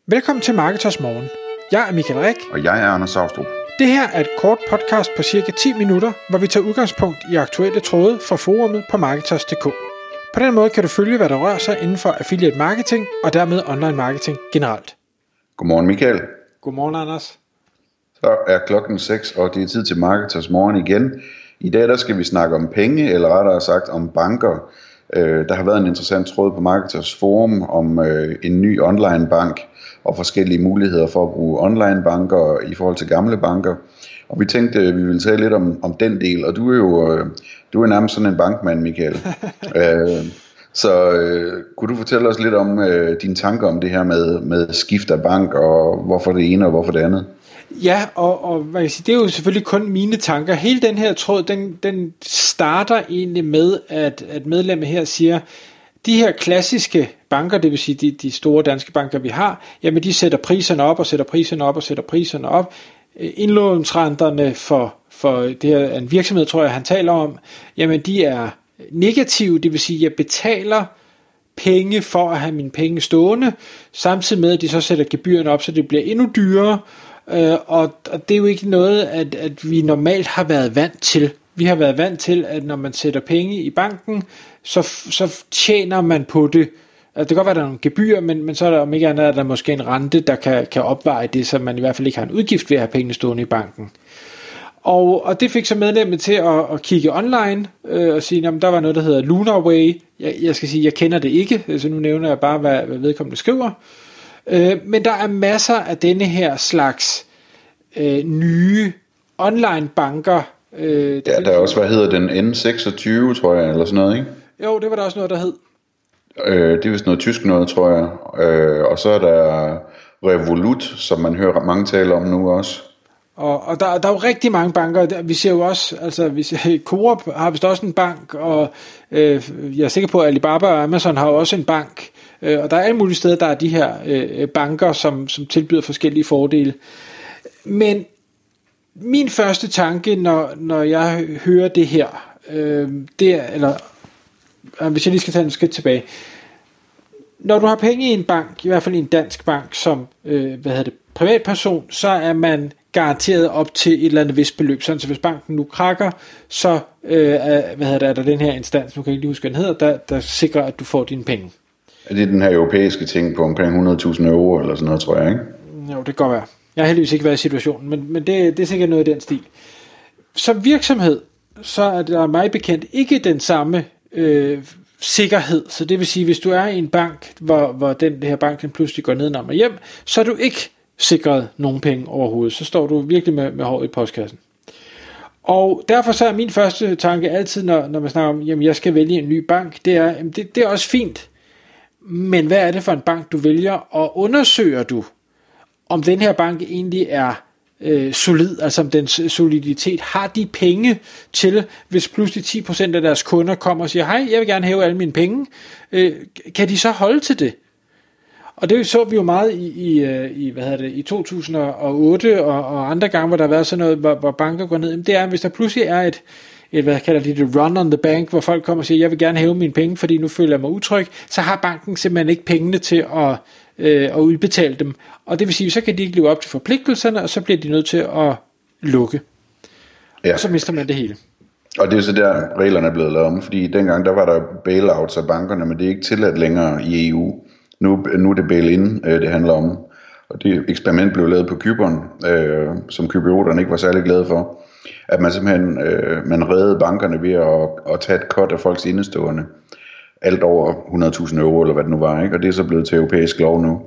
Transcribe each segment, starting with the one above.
Velkommen til Marketers Morgen. Jeg er Michael Rik. Og jeg er Anders Saustrup. Det her er et kort podcast på cirka 10 minutter, hvor vi tager udgangspunkt i aktuelle tråde fra forumet på Marketers.dk. På den måde kan du følge, hvad der rører sig inden for affiliate marketing og dermed online marketing generelt. Godmorgen Michael. Godmorgen Anders. Så er klokken 6, og det er tid til Marketers Morgen igen. I dag der skal vi snakke om penge, eller rettere sagt om banker. Der har været en interessant tråd på Marketers Forum om en ny online bank og forskellige muligheder for at bruge online banker i forhold til gamle banker. Og vi tænkte, at vi ville tale lidt om den del, og du er nærmest sådan en bankmand, Michael. Så kunne du fortælle os lidt om dine tanker om det her med skift af bank, og hvorfor det ene og hvorfor det andet? Ja, og hvad jeg siger, det er jo selvfølgelig kun mine tanker. Hele den her tråd, den starter egentlig med, at medlemmet her siger, de her klassiske banker, det vil sige de store danske banker, vi har, jamen de sætter priserne op og sætter priserne op og sætter priserne op. Indlånsrenterne for det her er en virksomhed, tror jeg, han taler om, jamen de er negative, det vil sige, at jeg betaler penge for at have mine penge stående, samtidig med, at de så sætter gebyrerne op, så det bliver endnu dyrere, og det er jo ikke noget, at vi normalt har været vant til. Vi har været vant til, at når man sætter penge i banken, så tjener man på det. Altså, det kan godt være, at der er nogle gebyr, men så er der om ikke andet, at der er måske en rente, der kan opveje det, så man i hvert fald ikke har en udgift ved at have pengene stående i banken. Og det fik så medlemmet til at kigge online og sige, at der var noget, der hedder Lunarway. Jeg skal sige, jeg kender det ikke, så nu nævner jeg bare, hvad vedkommende skriver. Men der er masser af denne her slags nye online banker. Der er også, hvad hedder den, N26, tror jeg, eller sådan noget, ikke? Jo, det var der også noget, der hed. Det er vist noget tysk noget, tror jeg. Og så er der Revolut, som man hører mange tale om nu også. Og der er jo rigtig mange banker. Vi ser jo også, altså Coop har vist også en bank, og jeg er sikker på, at Alibaba og Amazon har også en bank. Og der er alle mulige steder, der er de her banker, som tilbyder forskellige fordele. Men min første tanke, når jeg hører det her, det er, eller hvis jeg lige skal tage en skridt tilbage. Når du har penge i en bank, i hvert fald i en dansk bank, som privatperson, så er man garanteret op til et eller andet vist beløb. Sådan, så hvis banken nu krakker, så er der den her instans, nu kan jeg ikke lige huske, hvad den hedder, der sikrer, at du får dine penge. Er det den her europæiske ting på omkring 100.000 euro eller sådan noget, tror jeg, ikke? Jo, det kan godt være. Jeg har heldigvis ikke været i situationen, men det er sikkert noget i den stil. Som virksomhed, så er der mig bekendt ikke den samme sikkerhed. Så det vil sige, hvis du er i en bank, hvor den her bank den pludselig går ned og hjem, så er du ikke sikret nogen penge overhovedet. Så står du virkelig med håret i postkassen. Og derfor så er min første tanke altid, når man snakker om, jamen jeg skal vælge en ny bank, det er også fint. Men hvad er det for en bank, du vælger, og undersøger du, om den her bank egentlig er solid, altså om dens soliditet, har de penge til, hvis pludselig 10% af deres kunder kommer og siger, hej, jeg vil gerne hæve alle mine penge, kan de så holde til det? Og det så vi jo meget i 2008 og andre gange, hvor der har været sådan noget, hvor banker går ned. Det er, hvis der pludselig er et run on the bank, hvor folk kommer og siger, jeg vil gerne hæve mine penge, fordi nu føler jeg mig utryg, så har banken simpelthen ikke pengene til at udbetale dem. Og det vil sige, så kan de ikke leve op til forpligtelserne, og så bliver de nødt til at lukke. Ja. Og så mister man det hele. Og det er så der, reglerne er blevet lavet om, fordi dengang der var der bailouts af bankerne, men det er ikke tilladt længere i EU. Nu er det bail-in, det handler om. Og det eksperiment blev lavet på Cypern, som cyprioterne ikke var særlig glade for. At man simpelthen man reddede bankerne ved at tage et cut af folks indestående. Alt over 100.000 euro, eller hvad det nu var, ikke? Og det er så blevet til europæisk lov nu.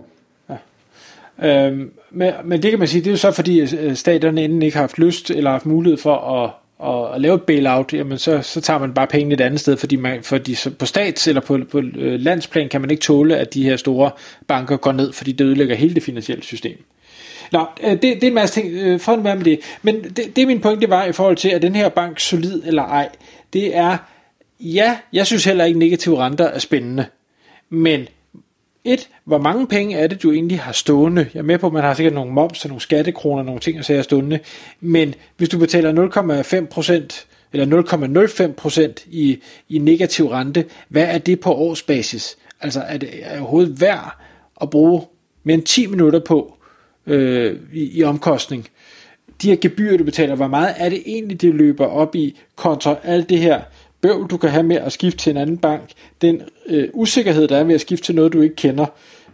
Ja. Men det kan man sige, det er jo så fordi staterne enten ikke har haft lyst eller haft mulighed for at lave et bailout, jamen så tager man bare pengene et andet sted, fordi på stats- eller på landsplan kan man ikke tåle, at de her store banker går ned, fordi det ødelægger hele det finansielle system. Nå, det er en masse ting, for at være med det. Men det min pointe var i forhold til, at den her bank solid eller ej, det er, ja, jeg synes heller ikke negative renter er spændende, men hvor mange penge er det, du egentlig har stående? Jeg er med på, at man har sikkert nogle moms og nogle skattekroner, nogle ting, der er stående, men hvis du betaler 0,5% eller 0,05% i negativ rente, hvad er det på årsbasis? Altså er det overhovedet værd at bruge mere end 10 minutter på i omkostning. De her gebyrer, du betaler, hvor meget er det egentlig, det løber op i, kontra alt det her bøvl, du kan have med at skifte til en anden bank, den usikkerhed, der er ved at skifte til noget, du ikke kender.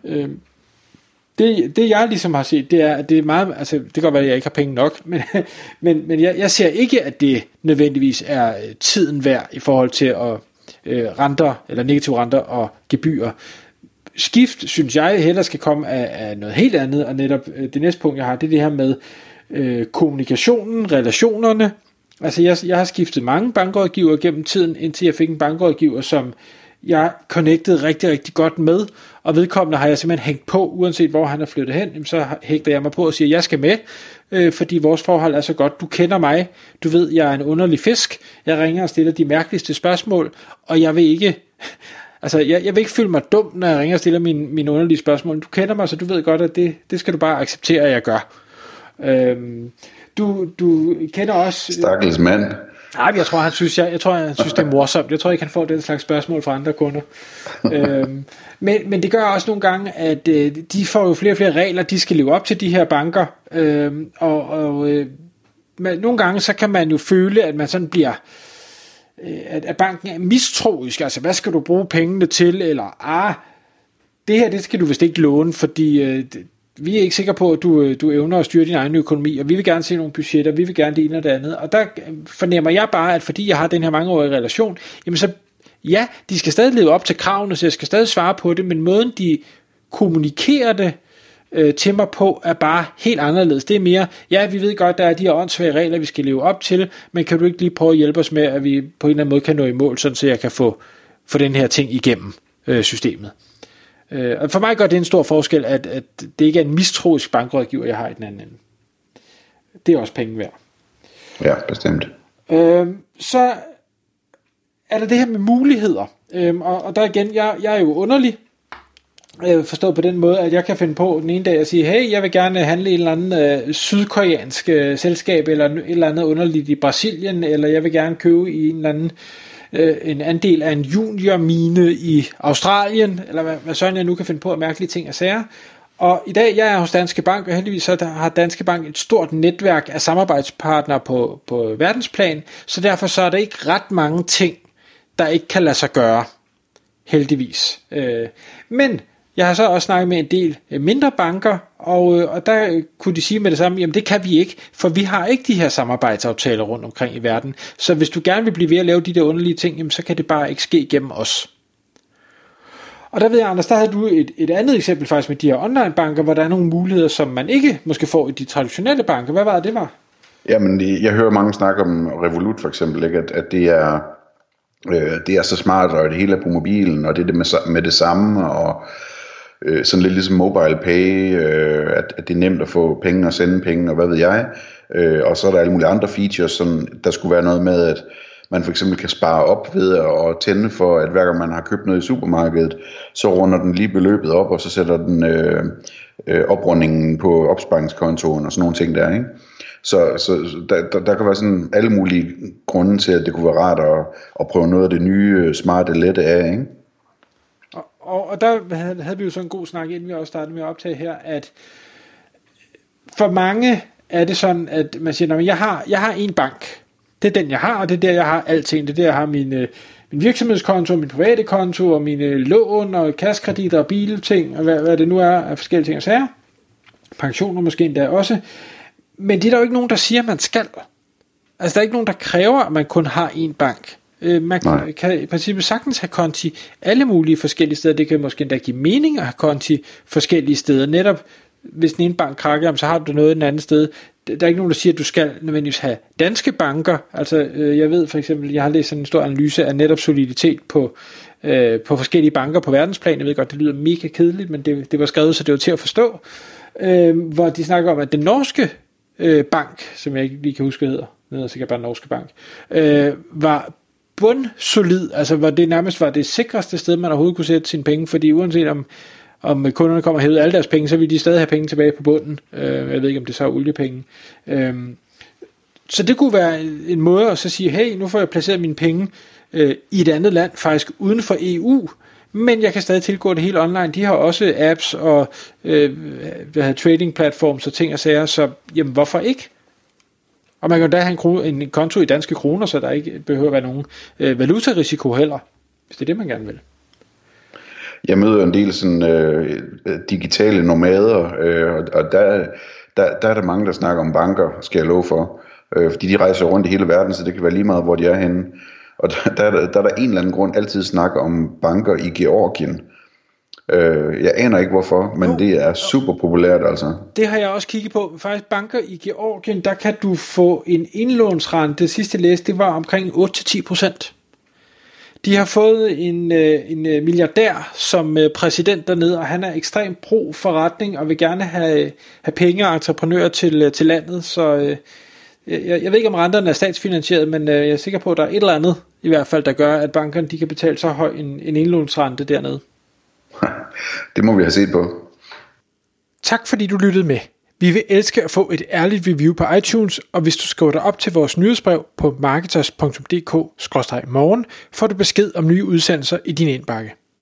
Det jeg ligesom har set, det er, at det er meget, altså det kan godt være, at jeg ikke har penge nok, men jeg ser ikke, at det nødvendigvis er tiden værd i forhold til at renter, eller negative renter og gebyrer. Skift, synes jeg, hellere skal komme af noget helt andet, og netop det næste punkt, jeg har, det er det her med kommunikationen, relationerne. Altså jeg har skiftet mange bankrådgivere gennem tiden, indtil jeg fik en bankrådgiver, som jeg connectede rigtig, rigtig godt med, og vedkommende har jeg simpelthen hængt på, uanset hvor han er flyttet hen, så hægter jeg mig på og siger, jeg skal med, fordi vores forhold er så godt, du kender mig, du ved, jeg er en underlig fisk, jeg ringer og stiller de mærkeligste spørgsmål, og jeg vil ikke, altså jeg vil ikke føle mig dum, når jeg ringer og stiller mine underlige spørgsmål, du kender mig, så du ved godt, at det skal du bare acceptere, at jeg gør. Du kender også... Stakkels mand. Nej, jeg tror, han synes, det er morsomt. Jeg tror ikke, han får den slags spørgsmål fra andre kunder. Men det gør også nogle gange, at de får jo flere og flere regler, de skal leve op til de her banker. Nogle gange, så kan man jo føle, at man sådan bliver... at banken er mistroisk. Altså, hvad skal du bruge pengene til? Eller, det her, det skal du vist ikke låne, fordi... vi er ikke sikre på, at du evner at styre din egen økonomi, og vi vil gerne se nogle budgetter, vi vil gerne det ene og det andet, og der fornemmer jeg bare, at fordi jeg har den her mangeårige relation, jamen så, ja, de skal stadig leve op til kravene, så jeg skal stadig svare på det, men måden de kommunikerer det til mig på, er bare helt anderledes. Det er mere, ja, vi ved godt, der er de her åndssvage regler, vi skal leve op til, men kan du ikke lige prøve at hjælpe os med, at vi på en eller anden måde kan nå i mål, sådan så jeg kan få den her ting igennem systemet. Og for mig gør det en stor forskel, at det ikke er en mistroisk bankrådgiver, jeg har i den anden ende. Det er også penge værd. Ja, bestemt. Så er der det her med muligheder. Og der igen, jeg er jo underlig, forstået på den måde, at jeg kan finde på den ene dag at sige, hey, jeg vil gerne handle i en eller anden sydkoreansk selskab, eller et eller andet underligt i Brasilien, eller jeg vil gerne købe i en eller anden en andel af en juniormine i Australien, eller hvad sådan jeg nu kan finde på af mærkelige ting og sager. Og i dag, jeg er hos Danske Bank, og heldigvis så har Danske Bank et stort netværk af samarbejdspartnere på verdensplan, så derfor så er der ikke ret mange ting, der ikke kan lade sig gøre, heldigvis. Men jeg har så også snakket med en del mindre banker, og der kunne de sige med det samme, jamen det kan vi ikke, for vi har ikke de her samarbejdsaftaler rundt omkring i verden. Så hvis du gerne vil blive ved at lave de der underlige ting, jamen så kan det bare ikke ske gennem os. Og der ved jeg, Anders, der havde du et andet eksempel faktisk med de her online banker, hvor der er nogle muligheder, som man ikke måske får i de traditionelle banker. Hvad var det var? Jamen, jeg hører mange snakke om Revolut for eksempel, ikke? At det er så smart, og det hele er på mobilen, og det er det med det samme, og sådan lidt ligesom mobile pay, at det er nemt at få penge og sende penge, og hvad ved jeg. Og så er der alle mulige andre features, som der skulle være noget med, at man for eksempel kan spare op ved at tænde for, at hver gang man har købt noget i supermarkedet, så runder den lige beløbet op, og så sætter den oprundingen på opsparingskontoen og sådan nogle ting der, ikke? Så der kan være sådan alle mulige grunde til, at det kunne være rart at prøve noget af det nye, smarte, lette af, ikke? Og der havde vi jo sådan en god snak, inden vi også startede med at optage her, at for mange er det sådan, at man siger, jeg har en bank. Det er den, jeg har, og det er der, jeg har alting. Det er der, jeg har min virksomhedskonto, min private konto, og mine lån, og kassekreditter, og bilting, og hvad det nu er af forskellige ting og sager. Pensioner måske endda også. Men det er der jo ikke nogen, der siger, man skal. Altså, der er ikke nogen, der kræver, at man kun har en bank. Man kan i princippet sagtens have konti alle mulige forskellige steder. Det kan måske endda give mening at have konti forskellige steder. Netop hvis den ene bank krakker, så har du noget den anden sted. Der er ikke nogen, der siger, at du skal nødvendigvis have danske banker. Altså, jeg ved for eksempel, jeg har læst sådan en stor analyse af netop soliditet på forskellige banker på verdensplan. Jeg ved godt, det lyder mega kedeligt, men det var skrevet, så det var til at forstå. Hvor de snakker om, at den norske bank, som jeg ikke lige kan huske, hvad hedder sikkert bare Norske Bank, var bundsolid, altså hvor det nærmest var det sikreste sted, man overhovedet kunne sætte sine penge, fordi uanset om kunderne kommer og hæver alle deres penge, så vil de stadig have penge tilbage på bunden. Jeg ved ikke, om det så er oliepenge. Så det kunne være en måde at så sige, hey, nu får jeg placeret mine penge i et andet land, faktisk uden for EU, men jeg kan stadig tilgå det hele online. De har også apps og trading platforms og ting og sager, så jamen, hvorfor ikke? Og man kan da have en konto i danske kroner, så der ikke behøver at være nogen valutarisiko heller, hvis det er det, man gerne vil. Jeg møder en del sådan digitale nomader, og der er der mange, der snakker om banker, skal jeg love for. Fordi de rejser rundt i hele verden, så det kan være lige meget, hvor de er henne. Og der er en eller anden grund altid snakker om banker i Georgien. Jeg aner ikke hvorfor, men det er super populært altså. Det har jeg også kigget på. Faktisk banker i Georgien, der kan du få en indlånsrente. Det sidste læste, det var omkring 8-10%. De har fået en milliardær som præsident dernede, og han er ekstremt pro forretning og vil gerne have penge og entreprenører til landet, så jeg ved ikke om renterne er statsfinansieret, men jeg er sikker på, at der er et eller andet i hvert fald, der gør, at bankerne de kan betale så høj en indlånsrente dernede. Det må vi have set på. Tak fordi du lyttede med. Vi vil elske at få et ærligt review på iTunes, og hvis du skriver dig op til vores nyhedsbrev på marketers.dk/morgen, får du besked om nye udsendelser i din indbakke.